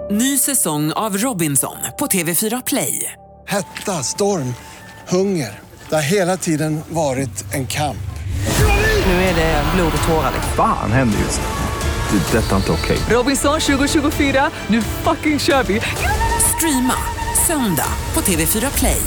Ny säsong av Robinson på TV4 Play. Hetta, storm, hunger. Det har hela tiden varit en kamp. Nu är det blod och tårar. Fan händer just nu. Det. Detta är inte okej. Robinson 2024, nu fucking kör vi. Streama söndag på TV4 Play.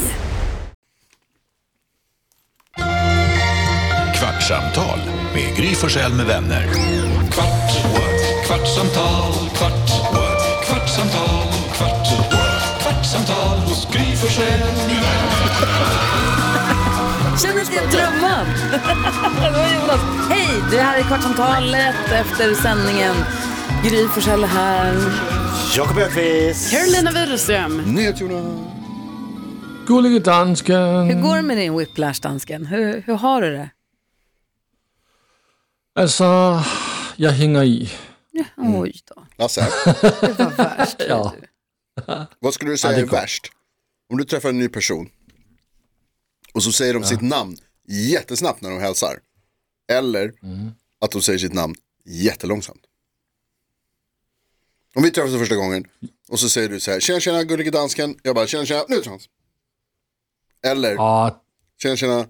Kvartsamtal med Gry Forssell med vänner. Kvartsamtal, kvartsamtal, kvartsamtal hos Gry Forssell med vänner. Känner till drömmen. Det var Jonas. Hej, det här är Kvartsamtalet efter sändningen. Gry Forssell här. Jakob Öqvist. Carolina Widerström. NyhetsJonas. Gullige dansken. Hur går det med din whiplash-dansken? Hur har du det? Alltså, jag hänger i. Ja, oj då. Lasse, Det var värst. Ja. vad skulle du säga det är går. värst? Om du träffar en ny person och så säger de sitt namn jättesnabbt när de hälsar. Eller att de säger sitt namn jättelångsamt. Om vi träffas för första gången och så säger du så här: tjena, tjena, gullige dansken. Jag bara, tjena, tjena, nu är det chans. Eller, Ja, tjena, tjena,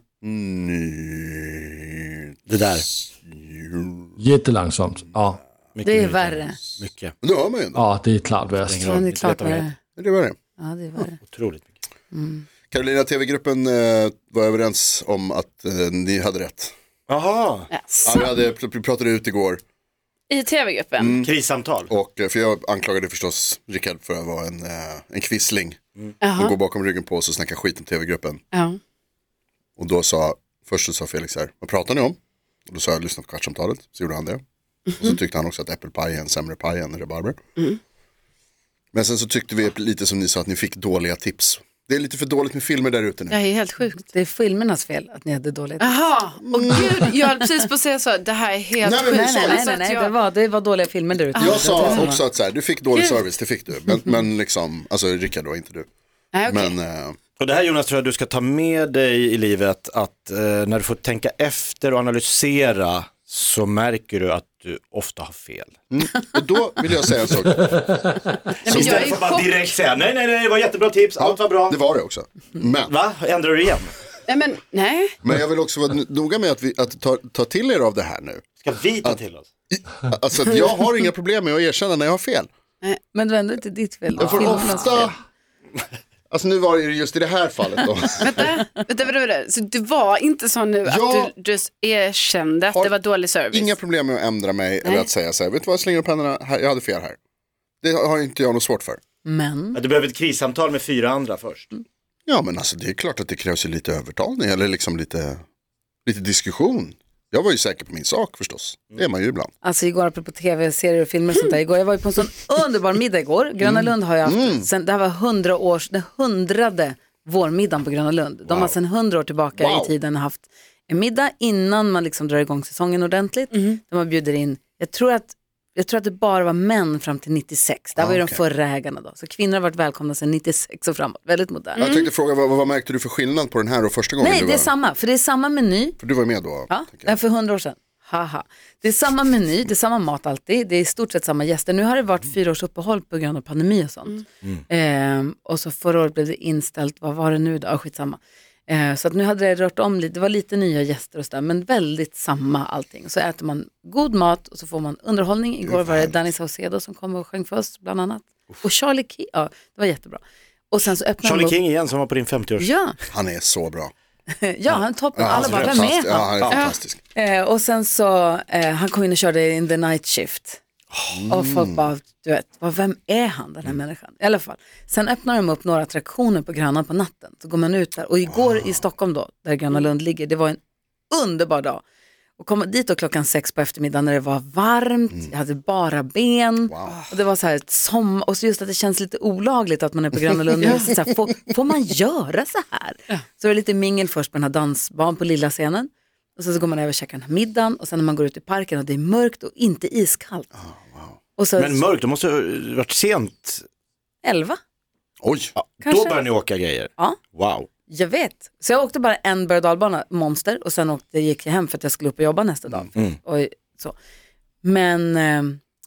Det där. jättelångsamt. Ja, Det är värre. Mycket. Men då hör man ju ändå. ja, det är klart värst. Ja, det är klart värre. Det var det. Ja, det är värre. Otroligt mycket. Carolina, TV-gruppen var överens om att ni hade rätt. Jaha. Ja, vi pratade ut igår. I TV-gruppen? Krissamtal. Och för jag anklagade förstås Rickard för att vara en kvissling. Och gå bakom ryggen på oss och snacka skit om TV-gruppen. Ja. Och då först så sa Felix här: vad pratar ni om? Och då sa jag, lyssna på Kvartsamtalet. Så gjorde han det. Och så tyckte han också att äppelpaj är en sämre paj än rabarber. Men sen så tyckte vi lite som ni sa att ni fick dåliga tips. Det är lite för dåligt med filmer där ute nu. Det är helt sjukt. Det är filmernas fel att ni hade dåligt. Jaha, och gud, jag höll precis på att säga så. Det här är helt Nej, men sjukt. vi sa Nej, det var dåliga filmer där ute. Jag sa också att så här, du fick dålig service, det fick du. Men liksom, alltså Rickard då, inte du. Nej, okej. Men Och det här, Jonas, tror jag du ska ta med dig i livet, att när du får tänka efter och analysera så märker du att du ofta har fel. och då vill jag säga en sak. Men jag Istället är för att bara chock. direkt säga nej, det var jättebra tips, allt var bra. Det var det också. Va? Ändrar du igen? Nej. Men jag vill också vara noga med att ta till er av det här nu. Ska vi ta till oss? Alltså att jag har inga problem med att erkänna när jag har fel. Men det var ändå inte ditt fel. Jag får Filmernas fel. ofta... Alltså nu var det just i det här fallet då. Vänta. Så det var inte så nu Ja. att du erkände att det var dålig service? Inga problem med att ändra mig eller att säga så här: vet du vad, jag slänger upp händerna här, jag hade fel här. Det har inte jag något svårt för. Men Du behöver ett krissamtal med 4 andra först. Ja, men alltså det är klart att det krävs ju lite övertalning eller liksom lite diskussion. Jag var ju säker på min sak förstås. Det är man ju ibland. alltså igår apropå tv-serier och filmer och sånt där. Igår, jag var ju på en sån underbar middag igår. Gröna Lund har ju haft, sen, det här var 100:e vårmiddagen på Gröna Lund. De har sedan 100 år tillbaka i tiden haft en middag innan man liksom drar igång säsongen ordentligt. Där man bjuder in, jag tror att det bara var män fram till 96. Det här var ju de förra ägarna då. Så kvinnor har varit välkomna sedan 96 och framåt. Väldigt modernt. Jag tänkte fråga, vad märkte du för skillnad på den här och första gången Nej, du det var? är samma. För det är samma meny. För du var med då? Ja, det är för 100 år sedan. Haha. Det är samma meny, det är samma mat alltid. Det är i stort sett samma gäster. Nu har det varit 4 års uppehåll på grund av pandemi och sånt. Och så förra året blev det inställt. Vad var det nu då? Skitsamma. Så att nu hade det rört om lite. Det var lite nya gäster och sådär. Men väldigt samma allting. Så äter man god mat och så får man underhållning. Igår var det Danny Saucedo som kom och sjöng för oss bland annat. Och Charlie King. Ja, det var jättebra. Och sen så öppnade Charlie de upp. King igen som var på din 50-års. Ja, Han är så bra. ja, han är toppen. Alla bara, vem är Ja, han? han är fantastisk. Och sen så, han kom in och körde in the night shift. Och folk bara, du vet, vem är han, den här människan? I alla fall. Sen öppnar de upp några attraktioner på Gröna på natten. Så går man ut där. Och igår i Stockholm då, där Gröna Lund ligger, det var en underbar dag. Och kom dit då 6 på eftermiddagen när det var varmt. Jag hade bara ben. Och det var så här ett och så just att det känns lite olagligt att man är på Gröna Lund. Så här, får man göra så här? Så det var lite mingel först på den här dansbanan på lilla scenen. Och så går man över och käkar den här middagen. Och sen när man går ut i parken och det är mörkt och inte iskallt. Och så, Men mörkt, det måste ha varit sent. 11. Oj. Ja, Kanske. då börjar ni åka grejer. Ja. Wow. Jag vet. Så jag åkte bara en berg- och dalbana, monster. Och sen gick jag hem för att jag skulle upp och jobba nästa dag. Och så. Men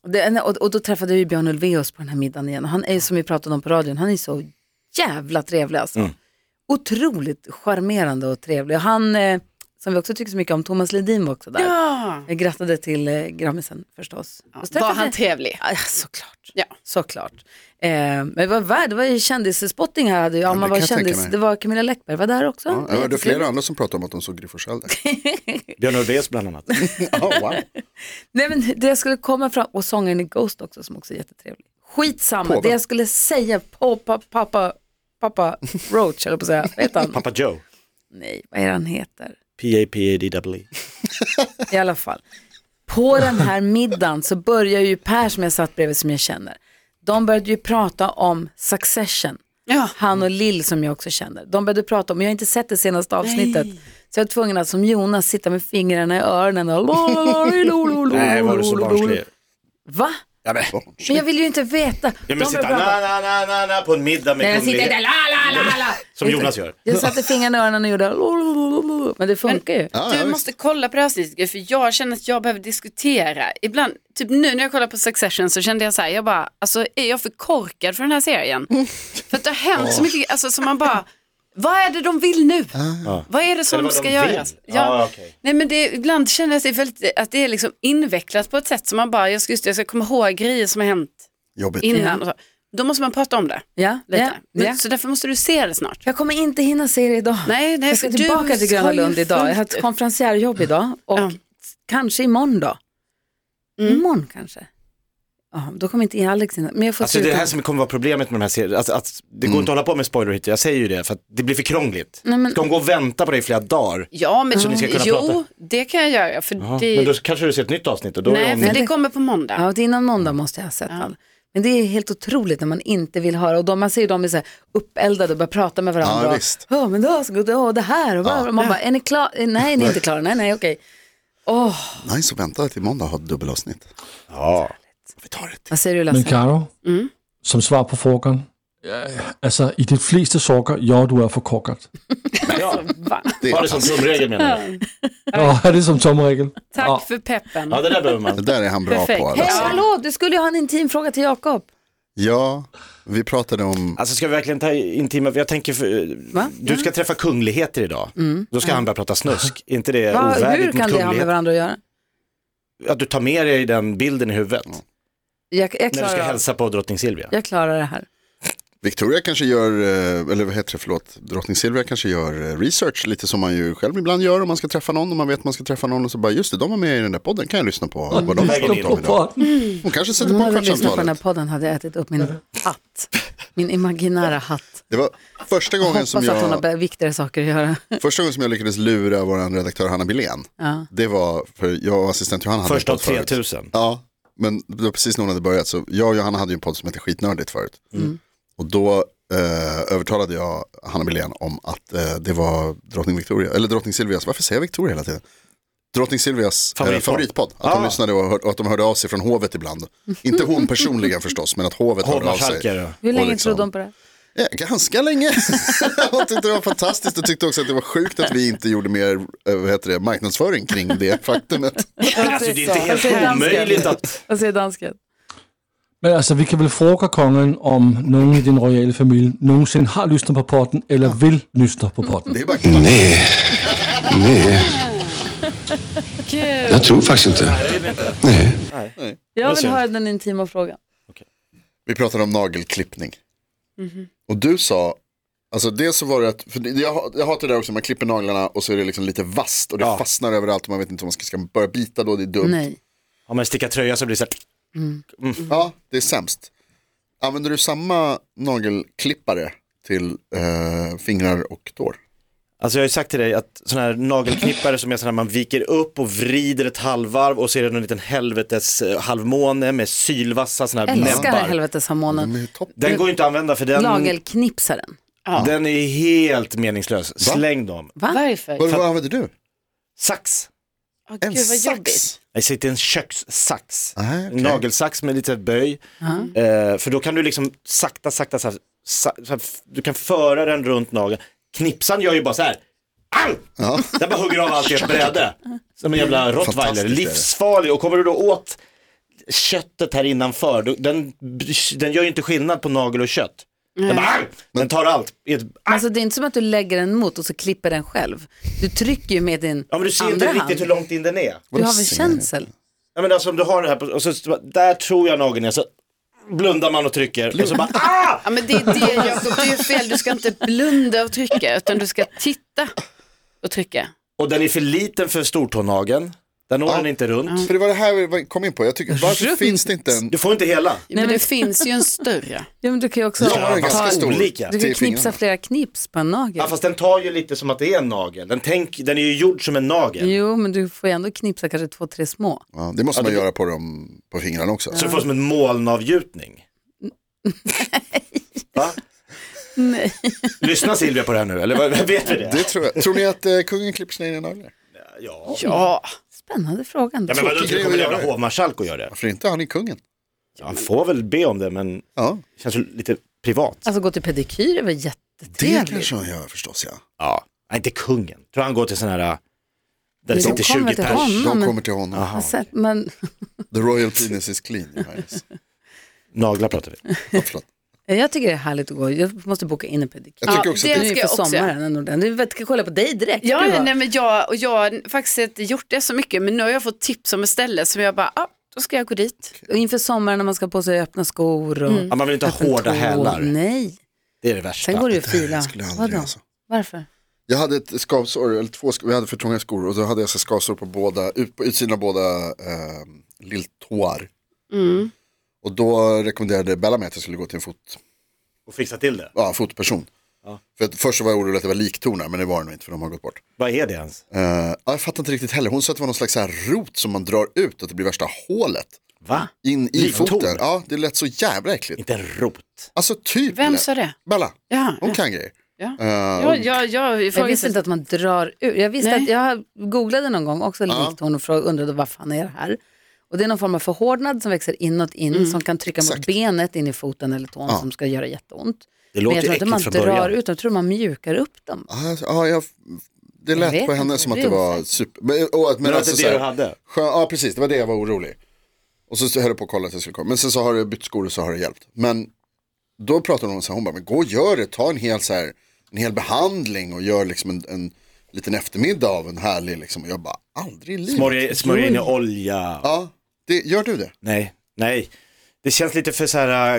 Och då träffade jag ju Björn Ulvaeus på den här middagen igen. Han är, som vi pratade om på radion, han är så jävla trevlig alltså. Otroligt charmerande och trevlig. Och han, som vi också tycker så mycket om, Thomas Ledin var också där. Ja. Jag grattade till Grammisen förstås. Var han trevlig? Ja, såklart. Ja. Såklart. Men det var ju kändisspotting här. Hade ju, man var kändis, det var Camilla Läckberg var där också. Ja, jag hörde flera andra som pratade om att de såg Gry Forssell där. Björn Ulvaeus bland annat. Wow. Nej, men det jag skulle komma fram, och sångaren i Ghost också som också är jättetrevlig. Skitsamma, det jag skulle säga på pappa Roach, eller på att säga, vet han? Papa Joe. Nej, vad är han heter? P.A.P.A.D.W. I alla fall. På den här middagen så börjar ju Per, som jag satt bredvid, som jag känner. De började ju prata om Succession. Ja. Han och Lill som jag också känner. De började prata om, jag har inte sett det senaste avsnittet. Så jag var tvungen att som Jonas sitta med fingrarna i öronen och Nej, var du så barnslig? Va? Ja, men jag vill ju inte veta. Ja, men sitta na på en middag med som Jonas gör. Jag satte fingrarna i öronen och gjorde men det funkar ju. Du måste kolla på det här, för jag känner att jag behöver diskutera. Ibland, typ nu när jag kollar på Succession så kände jag så här, jag bara, alltså är jag för korkad för den här serien? För att det har hänt så mycket, alltså som man bara, vad är det de vill nu? Vad är det som ska göras? Okay. Nej, men ibland känner jag sig väldigt, att det är liksom invecklat på ett sätt som man bara, jag ska komma ihåg grejer som har hänt innan. Och så. Då måste man prata om det. Ja, lite. Ja. Så därför måste du se det snart. Jag kommer inte hinna se det idag. Nej, jag ska tillbaka till Gröna Lund idag. Jag har ett konferensjärjobb idag. Och kanske imorgon då. Imorgon kanske. Ja, då kommer inte Alex in. Men jag får alltså det här som kommer vara problemet med de här serierna. Att det går inte att hålla på med spoiler hit. Jag säger ju det för att det blir för krångligt. Nej, men... Ska de gå och vänta på det i flera dagar? Ja, men så ni ska kunna prata? Det kan jag göra. För det... Men då kanske du ser ett nytt avsnitt. Och då nej, för det kommer på måndag. Ja, innan måndag måste jag ha sett allt. Men det är helt otroligt när man inte vill höra. Och man ser ju dem är så här uppeldade och börjar prata med varandra. Ja, visst. Ja, men då ska det här. Och man bara, är ni klar? Nej, ni är inte klara. Nej, okej. Nej, så vänta till måndag och ha ett dubbelavsnitt. Ja. Vi tar det. Vad säger du, Lasse? Men Karo, som svar på frågan. Alltså i de flesta saker, ja, du är för korkad. Ja, var det som tumregel menar du? Ja, det är som tumregel. Tack för peppen. Ja, det där behöver man. Det där är han bra perfekt. på. Hej, hallå, du skulle ju ha en intim fråga till Jakob. Ja, vi pratade om... Alltså ska vi verkligen ta intima... Jag tänker, du ska träffa kungligheter idag. Då ska han börja prata snusk. Inte det ovärdigt hur kan det ha med varandra att göra? Att du tar med dig den bilden i huvudet. Jag när du ska hälsa på drottning Silvia. Jag klarar det här. Victoria kanske gör, eller vad heter det, förlåt, drottning Silvia kanske gör research, lite som man ju själv ibland gör om man ska träffa någon och man vet att man ska träffa någon och så bara, just det, de var med i den där podden, kan jag lyssna på vad de pratar om idag. Hon kanske sätter på Kvartsamtalet. Lyssna på den här podden hade jag ätit upp min hatt, min imaginära hatt. Det var första gången som jag... hoppas att hon har viktigare saker att göra. Första gången som jag lyckades lura vår redaktör Hanna Billén, det var för jag och assistent Johanna hade första av 3000. Ja, men det var precis när hon hade börjat, så jag och Johanna hade ju en podd som heter Skitnördigt förut. Och då övertalade jag Hanna Billén om att det var drottning Victoria, eller drottning Silvias, varför säger jag Victoria hela tiden? Drottning Silvias favoritpodd. Att de lyssnade och att de hörde av sig från hovet ibland. Inte hon personligen förstås, men att hovet hörde av sig. Hur länge trodde de på det? Ja, ganska länge. Jag tyckte det var fantastiskt och tyckte också att det var sjukt att vi inte gjorde mer marknadsföring kring det faktumet. Alltså det är inte helt omöjligt att... Vad säger dansken? Men alltså vi kan väl fråga kongen om någon i din royala familj någonsin har lyssnat på podden eller vill lyssna på podden. Det är bara... Nej. Jag tror faktiskt inte. Nej. Jag vill höra den intima frågan. Vi pratade om nagelklippning. Och du sa, alltså det så var det att, för jag hatar det där också, man klipper naglarna och så är det liksom lite vasst och det fastnar överallt och man vet inte om man ska börja bita då, det är dumt. Nej. Om man stickar tröja så blir det så här... Ja, det är sämst. Använder du samma nagelklippare till fingrar och tår? Alltså jag har ju sagt till dig att sådana här nagelknippare som är sådana här man viker upp och vrider ett halvvarv och så är det en liten helvetes halvmåne med sylvassa sådana här älskar näbbar. Helvetes halvmånen. Den går inte att använda för den... Nagelknipsaren. Den är helt meningslös. Släng dem. Va? Varför? Vad använder du? Sax. En Gud, vad sax? jobbigt. Jag sitter en kökssax. Okay. Nagelsax med lite böj. För då kan du liksom sakta du kan föra den runt nageln. Knipsan gör ju bara så här. Den bara hugger av allt i ett bräde. Som en jävla rottweiler. Livsfarlig. Och kommer du då åt köttet här innanför, den gör ju inte skillnad på nagel och kött. Den tar allt. Alltså det är inte som att du lägger den mot och så klipper den själv. Du trycker ju med din Ja, men du ser inte riktigt hur långt in den är. Du har väl känsel? Ja, men alltså om du har det här och så där tror jag nageln är, så blundar man och trycker och så bara Ja, men det är ju fel, du ska inte blunda och trycka utan du ska titta och trycka. Och den är för liten för stortånageln. Den når den inte runt. För det var det här vi kom in på. Jag tycker, varför finns det inte en... Du får inte hela. Nej, men det finns ju en större. Ja, men du kan ju också ganska stor. Olika. du kan knipsa flera knips på en nagel. Ja, fast den tar ju lite som att det är en nagel. Den är ju gjord som en nagel. Jo, men du får ju ändå knipsa kanske 2-3 små. Ja, det måste man göra på fingrarna också. Så du får som en molnavgjutning. Va? Nej. Lyssna Silvia på det här nu, eller vet vi det? Det tror jag. Tror ni att kungen klipper sina egna naglar? Ja. Spännande frågan. Ja, men vadå, tror du kommer jävla hovmarskalk att göra det? Varför inte? Han är kungen. Ja, han får väl be om det, men det känns ju lite privat. Alltså gå till pedikyr är väl jättetrevligt. Det kanske han gör förstås, ja. Ja, nej, inte kungen. Tror han går till sån här där det sitter 20 till pers. honom. De kommer till honom. Men The royal penis is clean. Naglar pratar vi. Ja, förlåt. jag tycker det är härligt att gå. Jag måste boka in en pedikyr. Jag tycker också det att Nu ska är jag för också. sommaren. Du ska kolla på dig direkt. Ja, Du bara, nej, men jag har faktiskt inte gjort det så mycket, men nu har jag fått tips om ett ställe som jag bara, då ska jag gå dit. och inför sommaren när man ska på sig öppna skor och Ja, man vill inte ha öppen hårda tå. hälar. Nej. Det är det värsta. Sen går det ju att fila. skulle jag aldrig, Vadå? alltså. Varför? Jag hade ett skavsår, eller 2 skor, vi hade för trånga skor och då hade jag så skavsår på utsidan av båda lilltår. Och då rekommenderade Bella mig att jag skulle gå till en Och fixa till det. fotperson. För att först så var jag orolig att det var liktornar, men det var det nog inte för de har gått bort. Vad är det ens? Jag fattar inte riktigt heller. Hon sa att det var någon slags så här rot som man drar ut, att det blir värsta hålet. Va? In i Liktorn? foten. Ja, det lät så jävla äckligt. Inte en rot. Alltså typ. Vem sa det? Bella. Ja, Hon kan grejer. jag Jag visste inte att man drar ut. Jag visste Nej. att jag googlade någon gång också liktorn och undrade vad fan är det här? Och det är någon form av förhårdnad som växer inåt som kan trycka mot benet in i foten eller tån som ska göra jätteont. Det Men låter jag tror inte äckligt man från drar början. ut, jag tror man mjukar upp dem. Det lät vet på henne inte, som att det det är var osäkert. super. Men alltså, att det så är det här, du hade? ja, precis. Det var det jag var orolig. Och så höll jag på att kolla att jag skulle komma. Men sen så har jag bytt skor och så har det hjälpt. Men då pratade hon så här, hon bara, men gå och gör det. Ta en hel behandling och gör liksom en liten eftermiddag av en härlig liksom. Och jag bara, aldrig i livet. Smörja in i olja. Ja, gör du det? Nej. Det känns lite för så här.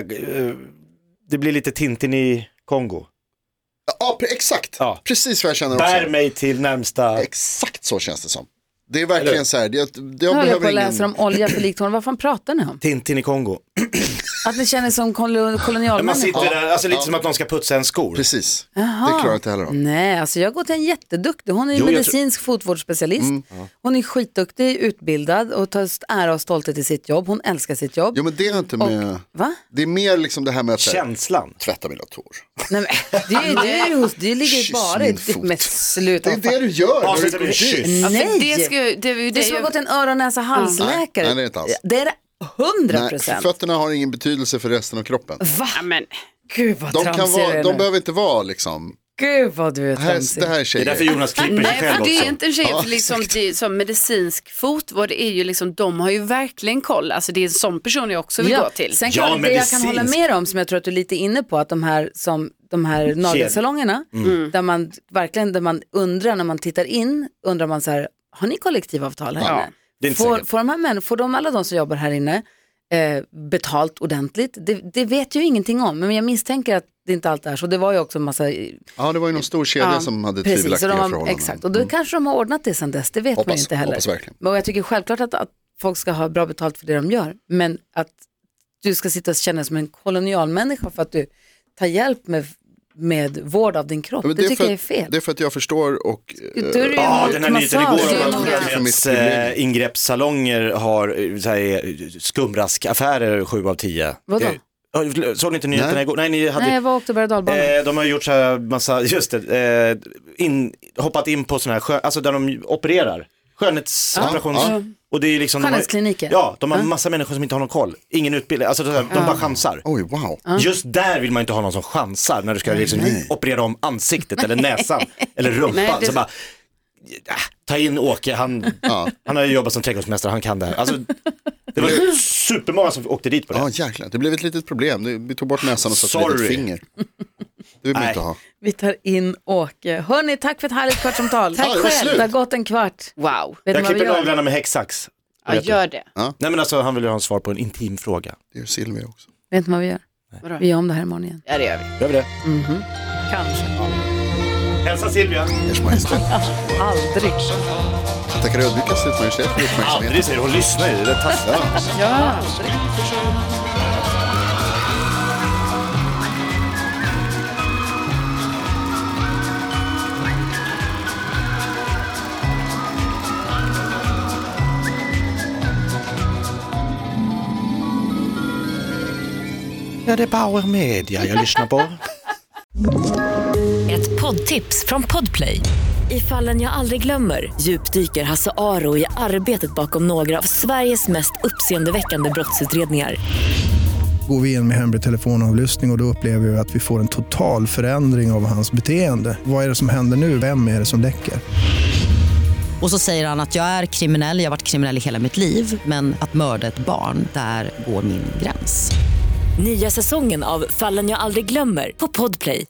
Det blir lite Tintin i Kongo. Ja, exakt. Ja. Precis vad jag känner Bär också. mig till närmsta. Exakt så känns det som. Det är verkligen så här. Jag Jag håller på behöver att läsa om olja för liktorn. Vad fan pratar ni om? Tintin i Kongo. Att ni känner som Man kolonialmänniskor? sitter där, alltså lite som att någon ska putsa en skor. Precis. Jaha. Det klarar jag inte heller av. Nej, alltså jag går till en jätteduktig. Hon är Jo, jag medicinsk fotvårdsspecialist. Hon är skitduktig, utbildad och tar ära och stolthet i sitt jobb. Hon älskar sitt jobb. Jo, men det är inte med... Va? Det är mer liksom det här med att så här, Känslan. tvätta mina tår. Nej, men, det ligger Kyss bara min i fot. med slut. Det är det du gör. Avsluta med kyss. Nej, det är ju det är som att gå till en öron, näsa, halsläkare. Nej, det är inte alls. Det är det 100%. Nej, fötterna har ingen betydelse för resten av kroppen. Va? Ja, men Gud vad De, kan tramsig du vara, är de nu. behöver inte vara liksom... Gud vad du är Det här är tramsig. Det är tjejer. därför Jonas klipper sig nej, själv för det är också. inte en tjej, för liksom, det, som medicinsk fotvård är ju liksom, de har ju verkligen koll. Alltså det är en sån person jag också vill gå till. Sen Ja, kan, det jag kan medicinsk. hålla med om, som jag tror att du är lite inne på, att de här nagelsalongerna, där man verkligen, där man undrar när man tittar in, undrar man så här, har ni kollektivavtal här inne? det är inte säkert. Får de här männen, får de alla de som jobbar här inne betalt ordentligt? Det vet jag ju ingenting om, men jag misstänker att det inte alltid är så. Det var ju också en massa... Ja, det var ju någon stor kedja som hade precis, tvivelaktiga och de har, förhållanden. exakt, och då kanske de har ordnat det sedan dess, det vet man ju inte heller. Hoppas verkligen. Men jag tycker självklart att folk ska ha bra betalt för det de gör, men att du ska sitta och känna som en kolonialmänniska för att du tar hjälp med vård av din kropp, Ja, men det är tycker för jag är att- fel. Det är för att jag förstår och... Då är det ju Ja, den här nyheten igår massage. om Det är att många- skönhetsingreppssalonger har skumraskaffärer 7 av 10. Vadå? Såg ni inte nyheterna Nej. igår? Nej, ni hade... Nej, jag var åkte berg- och dalbana. De har gjort så här massa, just det, hoppat in på sådana här, alltså där de opererar. Skönhetsoperations... Och det är liksom, Skönhetskliniker. de har massa människor som inte har någon koll. Ingen utbildning, alltså de bara chansar. Oj, wow. Just där vill man inte ha någon som chansar när du ska liksom operera om ansiktet eller näsan eller rumpan. Nej, det- Så bara, ta in Åke, han har ju jobbat som trädgårdsmästare, han kan det här. Alltså, Det var supermånga som åkte dit på det. Ja, jäklar. Det blev ett litet problem. Vi tog bort näsan och satte ett finger. Det vill vi inte ha. Vi tar in Åke. Hörni, tack för ett härligt kvartsamtal. Tack själv. Det har gått en kvart. Wow. Vet Jag ni vad vi klipper gör? naglarna med häcksax. Ja, gör det. Nej men alltså han vill ju ha en svar på en intim fråga. Det gör Silvia också. Vet ni vad vi gör? Vadå? Vi gör om det här imorgon igen. Ja, det gör vi. Gör vi det? Kanske. Hälsa Silvia. Ers Majestät. Aldrig. Jag tackar ödmjukast Ers Majestät för uppmärksamheten. Aldrig säger hon lyssnar ju. Det är taskigt. Ja. Ja, det är Bauer Media jag lyssnar på. Ett poddtips från Podplay. I Fallen jag aldrig glömmer djupdyker Hasse Aro i arbetet bakom några av Sveriges mest uppseendeväckande brottsutredningar. Går vi in med hemlig telefonavlyssning och då upplever vi att vi får en total förändring av hans beteende. Vad är det som händer nu? Vem är det som läcker? Och så säger han att jag är kriminell, jag har varit kriminell i hela mitt liv. Men att mörda ett barn, där går min gräns. Nya säsongen av Fallen jag aldrig glömmer på Podplay.